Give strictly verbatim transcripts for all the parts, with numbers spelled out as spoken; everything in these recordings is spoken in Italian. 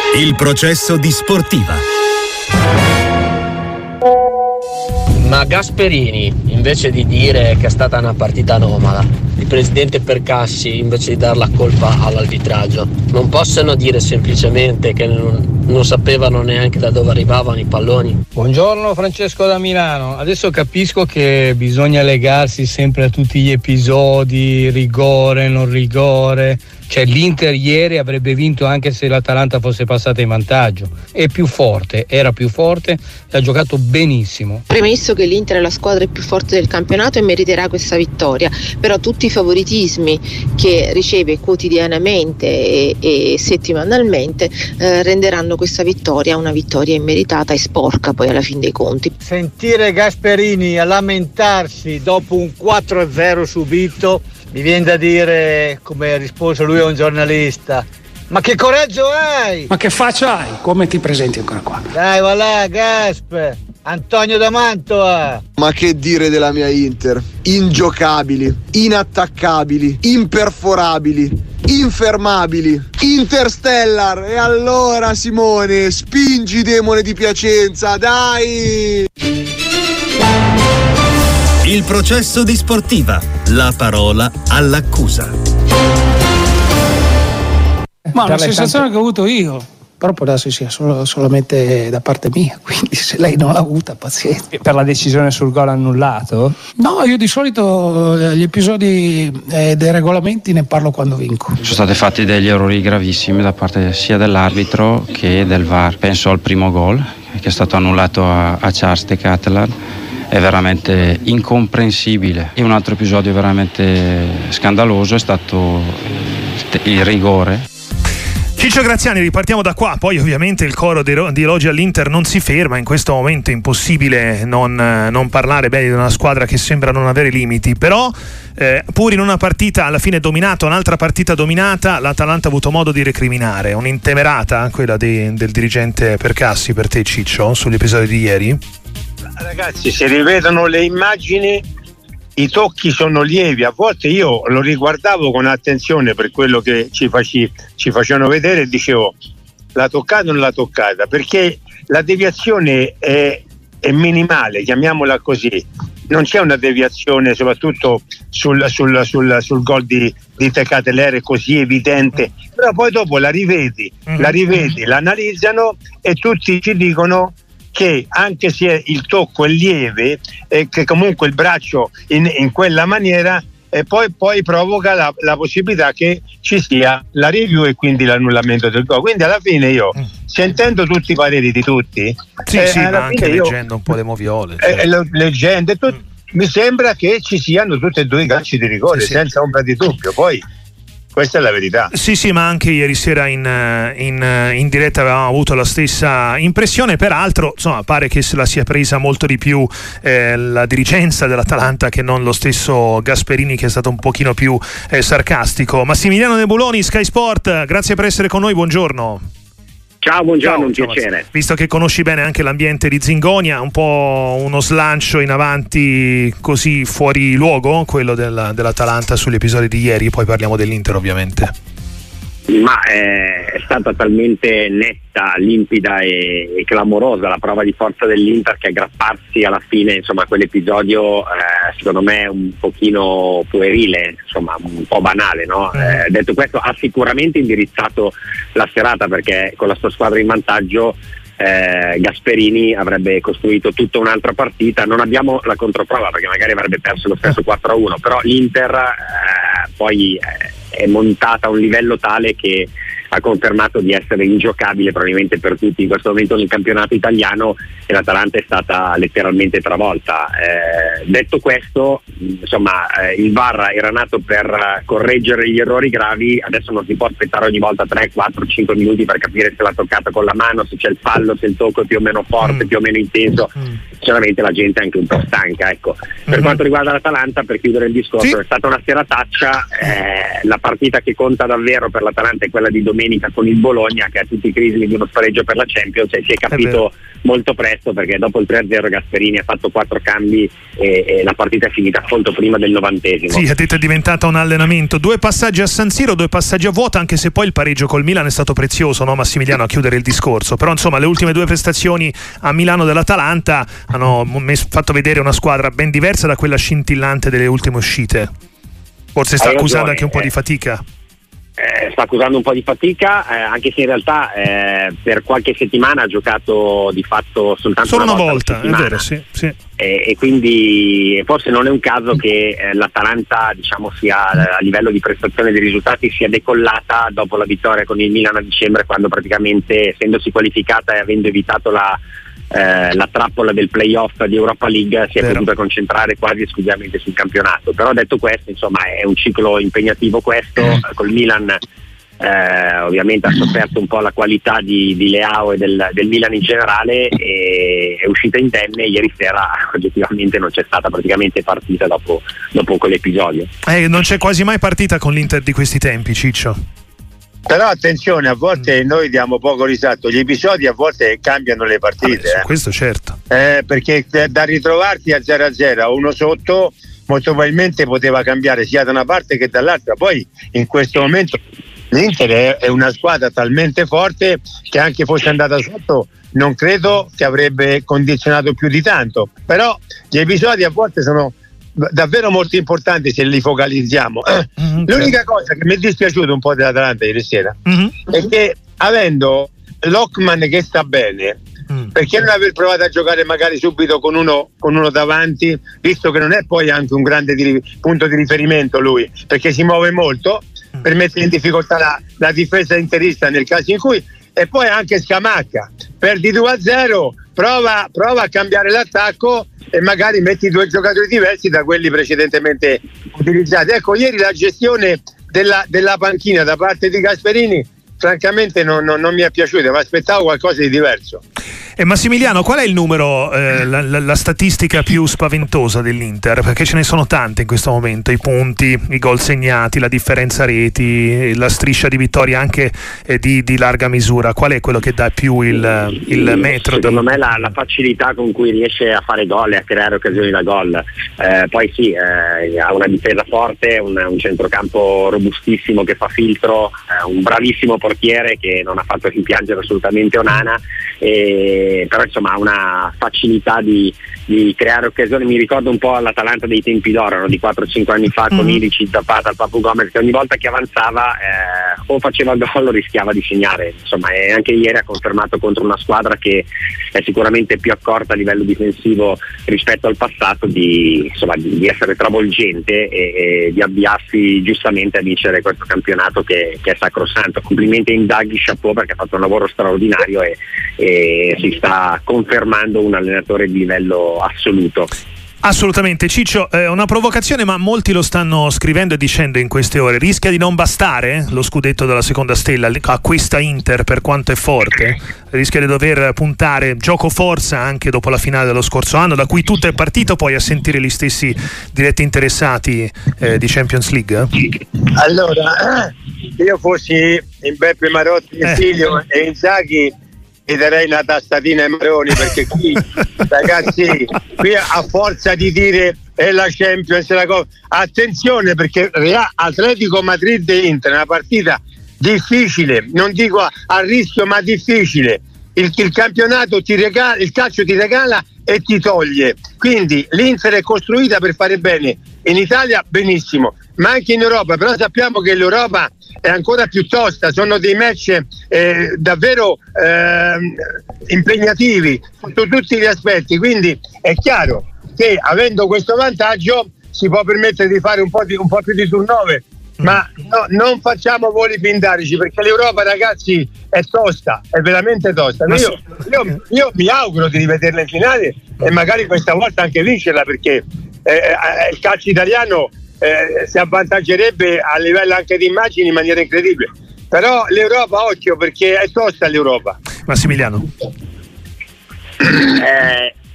Il processo di Sportiva. Ma Gasperini, invece di dire che è stata una partita anomala, il presidente Percassi, invece di dar la colpa all'arbitraggio, non possono dire semplicemente che non, non sapevano neanche da dove arrivavano i palloni? Buongiorno, Francesco da Milano. Adesso capisco che bisogna legarsi sempre a tutti gli episodi, rigore, non rigore. Cioè l'Inter ieri avrebbe vinto anche se l'Atalanta fosse passata in vantaggio. È più forte, era più forte e ha giocato benissimo. Premesso che l'Inter è la squadra più forte del campionato e meriterà questa vittoria, però tutti i favoritismi che riceve quotidianamente e, e settimanalmente eh, renderanno questa vittoria una vittoria immeritata e sporca poi alla fin dei conti. Sentire Gasperini a lamentarsi dopo un quattro a zero subito, mi viene da dire, come ha risposto lui a un giornalista: ma che coraggio hai? Ma che faccia hai? Come ti presenti ancora qua? Dai, va là, Gasp, Antonio da Mantova. Ma che dire della mia Inter? Ingiocabili, inattaccabili, imperforabili, infermabili, Interstellar. E allora, Simone, spingi, demone di Piacenza, dai! Il processo di Sportiva, la parola all'accusa. Ma una sensazione che ho avuto io, però può darsi sia solo, solamente da parte mia, quindi se lei non l'ha avuta, pazienza. Per la decisione sul gol annullato? No, io di solito gli episodi eh, dei regolamenti ne parlo quando vinco. Sono stati fatti degli errori gravissimi da parte sia dell'arbitro che del V A R. Penso al primo gol che è stato annullato a, a Charles de Catalan. È veramente incomprensibile. E un altro episodio veramente scandaloso è stato il rigore. Ciccio Graziani, ripartiamo da qua. Poi ovviamente il coro di elogi all'Inter non si ferma. In questo momento è impossibile non, non parlare bene di una squadra che sembra non avere limiti. Però eh, pur in una partita alla fine dominata, un'altra partita dominata, l'Atalanta ha avuto modo di recriminare. Un'intemerata, quella di, del dirigente Percassi, per te Ciccio, sugli episodi di ieri? Ragazzi, si ripetono le immagini, i tocchi sono lievi. A volte io lo riguardavo con attenzione per quello che ci, faci, ci facevano vedere e dicevo: l'ha toccata o non l'ha toccata? Perché la deviazione è, è minimale, chiamiamola così. Non c'è una deviazione, soprattutto sul, sul, sul, sul gol di, di Tecatelere, così evidente, però poi dopo la rivedi, la rivedi, la analizzano e tutti ci dicono che anche se il tocco è lieve, eh, che comunque il braccio in, in quella maniera eh, poi, poi provoca la, la possibilità che ci sia la review e quindi l'annullamento del gol. Quindi alla fine io, sentendo tutti i pareri di tutti, sì, eh, sì, ma anche io, leggendo un po' le moviole, eh, certo. leggendo tut, mm. mi sembra che ci siano tutti e due i calci di rigore, sì, senza sì. ombra di dubbio. Poi questa è la verità. Sì, sì, ma anche ieri sera in, in, in diretta avevamo avuto la stessa impressione. Peraltro, insomma, pare che se la sia presa molto di più eh, la dirigenza dell'Atalanta che non lo stesso Gasperini, che è stato un pochino più eh, sarcastico. Massimiliano Nebuloni, Sky Sport, grazie per essere con noi, buongiorno. Ciao, buongiorno, un ciao, piacere. Visto che conosci bene anche l'ambiente di Zingonia, un po' uno slancio in avanti così fuori luogo, quello della, dell'Atalanta sugli episodi di ieri, poi parliamo dell'Inter ovviamente. Ma è, è stata talmente netta, limpida e, e clamorosa la prova di forza dell'Inter che aggrapparsi alla fine, insomma, a quell'episodio eh, secondo me è un pochino puerile, insomma un po' banale, no? Eh, detto questo, ha sicuramente indirizzato la serata, perché con la sua squadra in vantaggio eh, Gasperini avrebbe costruito tutta un'altra partita. Non abbiamo la controprova perché magari avrebbe perso lo stesso quattro a uno, però l'Inter eh, poi eh, è montata a un livello tale che ha confermato di essere ingiocabile probabilmente per tutti in questo momento nel campionato italiano, e l'Atalanta è stata letteralmente travolta. Eh, detto questo, insomma, eh, il V A R era nato per correggere gli errori gravi, adesso non si può aspettare ogni volta tre, quattro, cinque minuti per capire se l'ha toccata con la mano, se c'è il fallo, se il tocco è più o meno forte, mm. più o meno inteso. Mm. sinceramente la gente è anche un po' stanca, ecco. Per mm-hmm. quanto riguarda l'Atalanta, per chiudere il discorso, sì. è stata una serataccia, eh, la partita che conta davvero per l'Atalanta è quella di domenica con il Bologna, che ha tutti i crismi di uno spareggio per la Champions, e si è capito molto presto, perché dopo il tre a zero Gasperini ha fatto quattro cambi e, e la partita è finita molto prima del novantesimo. Sì, ha detto è diventata un allenamento. Due passaggi a San Siro, due passaggi a vuota, anche se poi il pareggio col Milan è stato prezioso, no Massimiliano, a chiudere il discorso. Però insomma le ultime due prestazioni a Milano dell'Atalanta hanno messo, fatto vedere una squadra ben diversa da quella scintillante delle ultime uscite. Forse sta Hai accusando ragione, anche un po' eh. di fatica. Eh, sta accusando un po' di fatica, eh, anche se in realtà eh, per qualche settimana ha giocato di fatto soltanto solo una, una volta, volta è vero, sì, sì. E, e quindi forse non è un caso che eh, l'Atalanta, diciamo, sia a livello di prestazione dei risultati sia decollata dopo la vittoria con il Milan a dicembre, quando praticamente, essendosi qualificata e avendo evitato la Eh, la trappola del playoff di Europa League, si è Vero. potuta concentrare quasi esclusivamente sul campionato. Però detto questo, insomma, è un ciclo impegnativo questo. mm. Col Milan eh, ovviamente ha sofferto un po' la qualità di, di Leao e del, del Milan in generale, e è uscita indenne. Ieri sera oggettivamente non c'è stata praticamente partita dopo, dopo quell'episodio. Eh, non c'è quasi mai partita con l'Inter di questi tempi, Ciccio. Però attenzione, a volte mm. noi diamo poco risalto, gli episodi a volte cambiano le partite. Vabbè, eh. Questo certo. Eh, perché da ritrovarti a zero a zero a uno sotto molto probabilmente poteva cambiare sia da una parte che dall'altra. Poi in questo momento l'Inter è una squadra talmente forte che anche fosse andata sotto non credo che avrebbe condizionato più di tanto. Però gli episodi a volte sono davvero molto importanti se li focalizziamo. Mm-hmm, L'unica certo. cosa che mi è dispiaciuto un po' dell'Atalanta ieri sera mm-hmm. è che, avendo Lockman che sta bene, mm. perché non aver provato a giocare magari subito con uno, con uno davanti, visto che non è poi anche un grande di, punto di riferimento lui, perché si muove molto, mm. per mettere in difficoltà la, la difesa interista nel caso in cui. E poi anche Scamacca, perdi due a zero, prova, prova a cambiare l'attacco e magari metti due giocatori diversi da quelli precedentemente utilizzati. Ecco, ieri la gestione della, della panchina da parte di Gasperini francamente non, non, non mi è piaciuta, mi aspettavo qualcosa di diverso. E Massimiliano, qual è il numero, eh, la, la, la statistica più spaventosa dell'Inter? Perché ce ne sono tante in questo momento: i punti, i gol segnati, la differenza reti, la striscia di vittoria anche eh, di, di larga misura. Qual è quello che dà più il, il metro? Secondo di... me la, la facilità con cui riesce a fare gol e a creare occasioni da gol. Eh, poi sì, eh, ha una difesa forte, un, un centrocampo robustissimo che fa filtro, eh, un bravissimo portiere che non ha fatto rimpiangere assolutamente Onana, e però insomma ha una facilità di, di creare occasioni. Mi ricordo un po' l'Atalanta dei tempi d'oro, no? Di quattro cinque anni fa, con mm. Ilici, Zapata, il Papu Gomez, che ogni volta che avanzava eh, o faceva gol o rischiava di segnare. Insomma, e anche ieri ha confermato contro una squadra che è sicuramente più accorta a livello difensivo rispetto al passato di, insomma, di, di essere travolgente e, e di avviarsi giustamente a vincere questo campionato che, che è sacrosanto. Complimenti a Inzaghi, chapeau, perché ha fatto un lavoro straordinario e, e si sta confermando un allenatore di livello assoluto. Assolutamente. Ciccio, eh, una provocazione, ma molti lo stanno scrivendo e dicendo in queste ore: rischia di non bastare lo scudetto della seconda stella a questa Inter, per quanto è forte? Rischia di dover puntare gioco forza anche dopo la finale dello scorso anno, da cui tutto è partito, poi a sentire gli stessi diretti interessati eh, di Champions League? Allora, io fossi in Beppe Marotti, eh. Silvio e Inzaghi, e darei una tastatina ai Maroni, perché qui ragazzi, qui a forza di dire è la Champions, la cosa, attenzione, perché Real, Atletico Madrid e Inter è una partita difficile, non dico a, a rischio ma difficile. Il, il campionato ti regala, il calcio ti regala e ti toglie, quindi l'Inter è costruita per fare bene in Italia, benissimo, ma anche in Europa. Però sappiamo che l'Europa è ancora più tosta, sono dei match eh, davvero eh, impegnativi sotto tutti gli aspetti, quindi è chiaro che avendo questo vantaggio si può permettere di fare un po', di, un po' più di turnover, ma no, non facciamo voli pindarici, perché l'Europa, ragazzi, è tosta, è veramente tosta. Io, io, io mi auguro di rivederla in finale e magari questa volta anche vincerla, perché eh, eh, il calcio italiano eh, si avvantaggerebbe a livello anche di immagini in maniera incredibile. Però l'Europa, occhio, perché è tosta l'Europa. Massimiliano. Eh,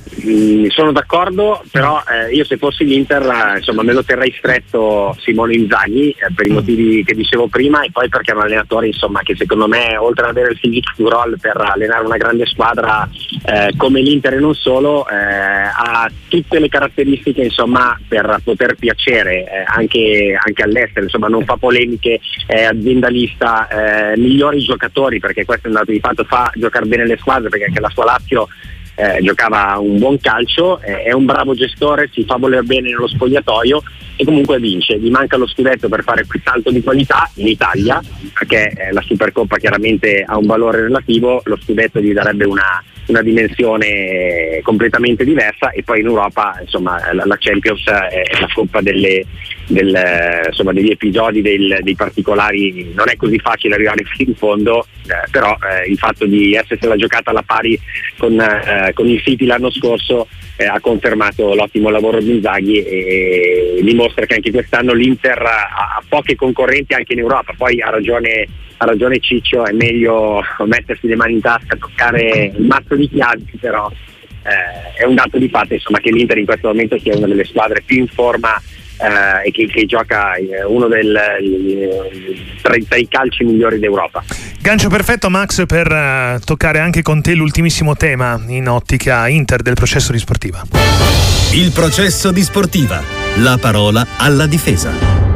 mh, sono d'accordo, però eh, io se fossi l'Inter eh, insomma me lo terrei stretto Simone Inzaghi eh, per i motivi che dicevo prima, e poi perché è un allenatore insomma che secondo me, oltre ad avere il physique du role per allenare una grande squadra eh, come l'Inter e non solo, eh, ha tutte le caratteristiche insomma per poter piacere eh, anche, anche all'estero, insomma non fa polemiche, è aziendalista, eh, migliori giocatori, perché questo è un dato di fatto, fa giocare bene le squadre, perché anche la sua Lazio eh, giocava un buon calcio, eh, è un bravo gestore, si fa voler bene nello spogliatoio e comunque vince. Gli manca lo scudetto per fare quel salto di qualità in Italia, perché eh, la Supercoppa chiaramente ha un valore relativo, lo scudetto gli darebbe una, una dimensione completamente diversa, e poi in Europa insomma la, la Champions è la coppa delle, del, insomma, degli episodi, del, dei particolari, non è così facile arrivare fino in fondo, eh, però eh, il fatto di essersela giocata alla pari con, eh, con il City l'anno scorso eh, ha confermato l'ottimo lavoro di Inzaghi e dimostra che anche quest'anno l'Inter ha, ha poche concorrenti anche in Europa. Poi ha ragione, ha ragione Ciccio, è meglio mettersi le mani in tasca, toccare il mazzo di chiavi, però eh, è un dato di fatto insomma che l'Inter in questo momento sia una delle squadre più in forma eh, e che, che gioca eh, uno del, eh, tra, tra i calci migliori d'Europa. Gancio perfetto, Max, per uh, toccare anche con te l'ultimissimo tema in ottica Inter del processo di Sportiva. Il processo di Sportiva, la parola alla difesa.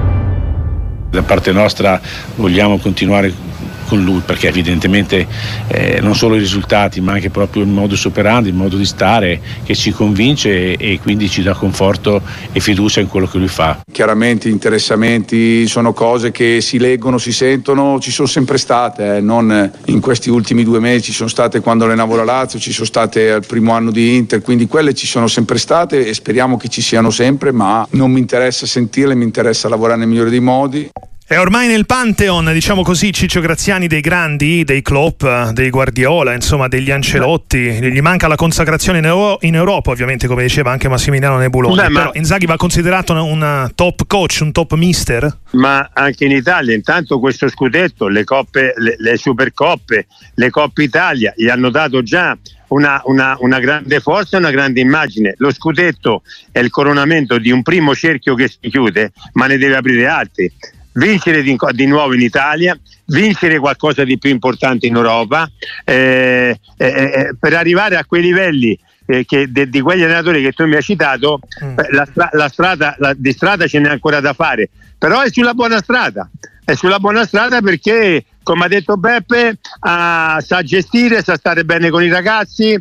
Da parte nostra vogliamo continuare con lui, perché evidentemente eh, non solo i risultati ma anche proprio il modus operandi, il modo di stare che ci convince e, e quindi ci dà conforto e fiducia in quello che lui fa. Chiaramente interessamenti sono cose che si leggono, si sentono, ci sono sempre state, eh, non in questi ultimi due mesi, ci sono state quando allenavo la Lazio, ci sono state al primo anno di Inter, quindi quelle ci sono sempre state e speriamo che ci siano sempre, ma non mi interessa sentirle, mi interessa lavorare nel migliore dei modi. È ormai nel pantheon, diciamo così, Ciccio Graziani, dei grandi, dei Klopp, dei Guardiola, insomma degli Ancelotti. Gli manca la consacrazione in, Euro- in Europa, ovviamente, come diceva anche Massimiliano Nebuloni. Beh, ma... Però Inzaghi va considerato un, un top coach, un top mister? Ma anche in Italia, intanto questo scudetto, le coppe, le, le supercoppe, le Coppe Italia gli hanno dato già Una, una, una grande forza e una grande immagine. Lo scudetto è il coronamento di un primo cerchio che si chiude, ma ne deve aprire altri. Vincere di, di nuovo in Italia, vincere qualcosa di più importante in Europa, eh, eh, eh, per arrivare a quei livelli eh, che, de, di quegli allenatori che tu mi hai citato. mm. la, la strada la, di strada ce n'è ancora da fare, però è sulla buona strada, è sulla buona strada perché, come ha detto Beppe, ah, sa gestire, sa stare bene con i ragazzi,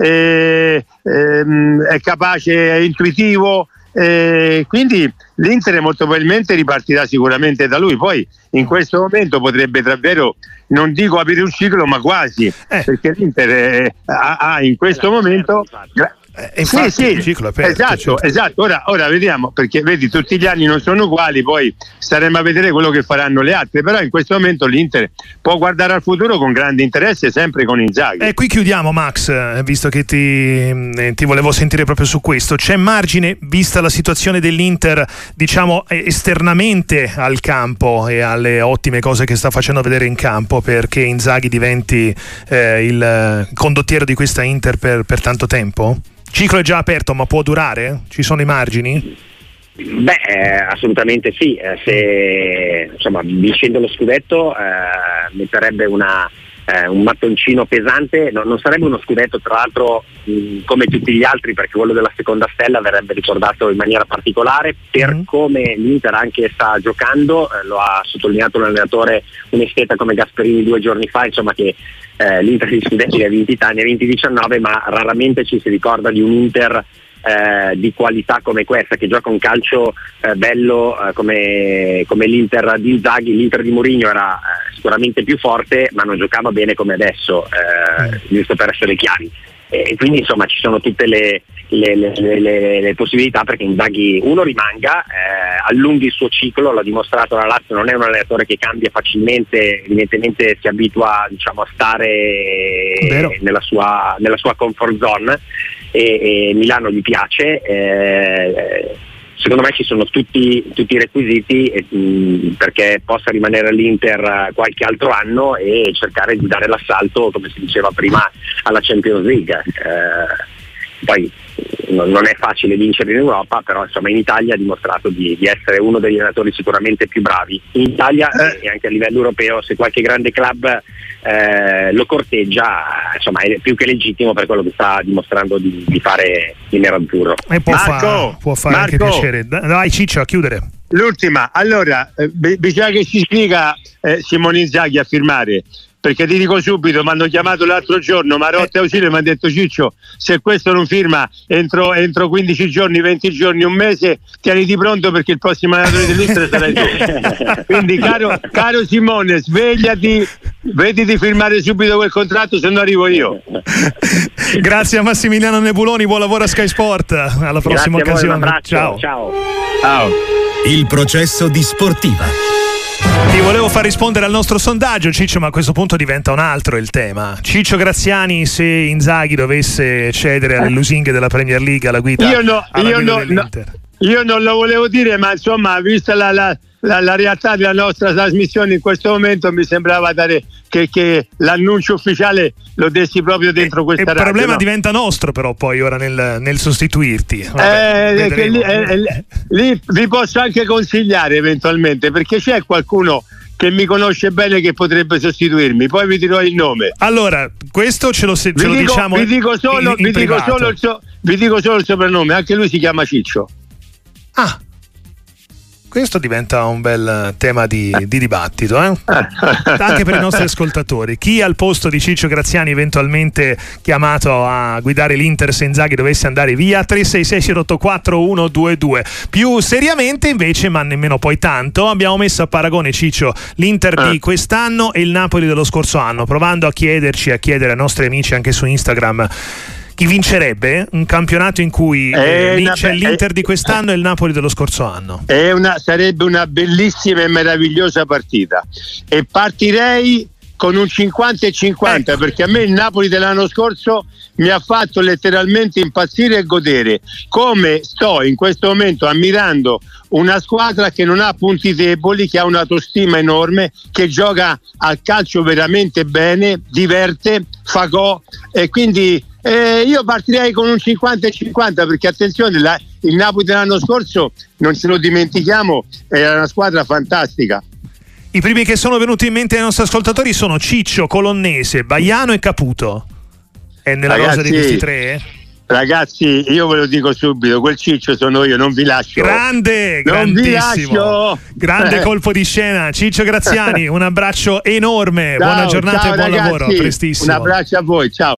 eh, ehm, è capace, è intuitivo, eh, quindi l'Inter molto probabilmente ripartirà sicuramente da lui. Poi in questo momento potrebbe davvero, non dico aprire un ciclo, ma quasi, eh. perché l'Inter eh, ha, ha in questo momento gra- Eh, infatti, sì, sì, il ciclo è aperto, esatto, certo. esatto. Ora, ora vediamo, perché vedi, tutti gli anni non sono uguali, poi staremo a vedere quello che faranno le altre, però in questo momento l'Inter può guardare al futuro con grande interesse, sempre con Inzaghi. E eh, qui chiudiamo, Max, visto che ti, eh, ti volevo sentire proprio su questo. C'è margine, vista la situazione dell'Inter, diciamo esternamente al campo e alle ottime cose che sta facendo vedere in campo, perché Inzaghi diventi eh, il condottiero di questa Inter per, per tanto tempo? Il ciclo è già aperto, ma può durare? Ci sono i margini? Beh, eh, assolutamente sì. Eh, se insomma vincendo lo scudetto eh, metterebbe una, eh, un mattoncino pesante. No, non sarebbe uno scudetto, tra l'altro, mh, come tutti gli altri, perché quello della seconda stella verrebbe ricordato in maniera particolare per mm. come l'Inter anche sta giocando. Eh, lo ha sottolineato un allenatore, un esteta come Gasperini due giorni fa, insomma, che Eh, l'Inter di scudetti ne ha vinti ne ha vinti diciannove, ma raramente ci si ricorda di un Inter eh, di qualità come questa, che gioca un calcio eh, bello eh, come, come l'Inter di Inzaghi. L'Inter di Mourinho era eh, sicuramente più forte, ma non giocava bene come adesso, eh, giusto per essere chiari. E quindi insomma ci sono tutte le, le, le, le, le possibilità perché Inzaghi uno rimanga, eh, allunghi il suo ciclo, l'ha dimostrato la Lazio, non è un allenatore che cambia facilmente, evidentemente si abitua, diciamo, a stare nella sua, nella sua comfort zone, e, e Milano gli piace. Eh, secondo me ci sono tutti, tutti i requisiti eh, mh, perché possa rimanere all'Inter qualche altro anno e cercare di dare l'assalto, come si diceva prima, alla Champions League. Eh, poi non, non è facile vincere in Europa, però insomma in Italia ha dimostrato di, di essere uno degli allenatori sicuramente più bravi in Italia eh. e anche a livello europeo. Se qualche grande club eh, lo corteggia, insomma è più che legittimo per quello che sta dimostrando di, di fare il nerazzurro. E può, Marco, fa, può fare Marco, anche piacere. Dai Ciccio, a chiudere. L'ultima, allora eh, bisogna che si spiega eh, Simone Inzaghi a firmare, perché ti dico subito, mi hanno chiamato l'altro giorno Marotta e Ausilio e mi hanno detto: Ciccio, se questo non firma entro, entro quindici giorni, venti giorni, un mese, tieniti pronto perché il prossimo allenatore dell'Inter sarai tu. Quindi caro, caro Simone, svegliati, vedi di firmare subito quel contratto, se no arrivo io. Grazie a Massimiliano Nebuloni, buon lavoro a Sky Sport, alla prossima Grazie occasione. a voi, un abbraccio, ciao. ciao. Ciao. Il processo di Sportiva. Ti volevo far rispondere al nostro sondaggio, Ciccio, ma a questo punto diventa un altro il tema. Ciccio Graziani, se Inzaghi dovesse cedere alle lusinghe della Premier League alla guida, io no, alla io guida no, dell'Inter. No, io non lo volevo dire, ma insomma, vista la, la, la, la realtà della nostra trasmissione in questo momento, mi sembrava dare che, che l'annuncio ufficiale lo dessi proprio dentro questa radio. Il problema no? diventa nostro però poi ora nel, nel sostituirti. Vabbè, eh, che lì, eh, lì vi posso anche consigliare eventualmente, perché c'è qualcuno che mi conosce bene che potrebbe sostituirmi, poi vi dirò il nome. Allora, questo ce lo, se, ce vi lo dico, diciamo vi dico solo, in, in vi dico privato. solo il so, vi dico solo il soprannome, anche lui si chiama Ciccio. Ah, questo diventa un bel tema di, di dibattito, eh? Anche per i nostri ascoltatori. Chi al posto di Ciccio Graziani eventualmente chiamato a guidare l'Inter se Inzaghi dovesse andare via? Tre sei sei otto quattro uno due due. Più seriamente invece, ma nemmeno poi tanto, abbiamo messo a paragone, Ciccio, l'Inter di quest'anno e il Napoli dello scorso anno, provando a chiederci, a chiedere ai nostri amici anche su Instagram chi vincerebbe un campionato in cui eh, una, c'è l'Inter eh, di quest'anno e il Napoli dello scorso anno. È una, sarebbe una bellissima e meravigliosa partita, e partirei con un cinquanta e cinquanta, ecco, perché a me il Napoli dell'anno scorso mi ha fatto letteralmente impazzire e godere, come sto in questo momento ammirando una squadra che non ha punti deboli, che ha un'autostima enorme, che gioca al calcio veramente bene, diverte, fa gol, e quindi eh, io partirei con un cinquanta e cinquanta, perché attenzione, la, il Napoli dell'anno scorso, non ce lo dimentichiamo, era una squadra fantastica. I primi che sono venuti in mente ai nostri ascoltatori sono Ciccio, Colonnese, Baiano e Caputo. È nella Ragazzi, rosa di questi tre? Ragazzi, io ve lo dico subito, quel Ciccio sono io, non vi lascio. Grande, non grandissimo. Vi lascio. Grande colpo di scena. Ciccio Graziani, un abbraccio enorme. Ciao, buona giornata ciao, e buon ragazzi, lavoro, a prestissimo. Un abbraccio a voi, ciao.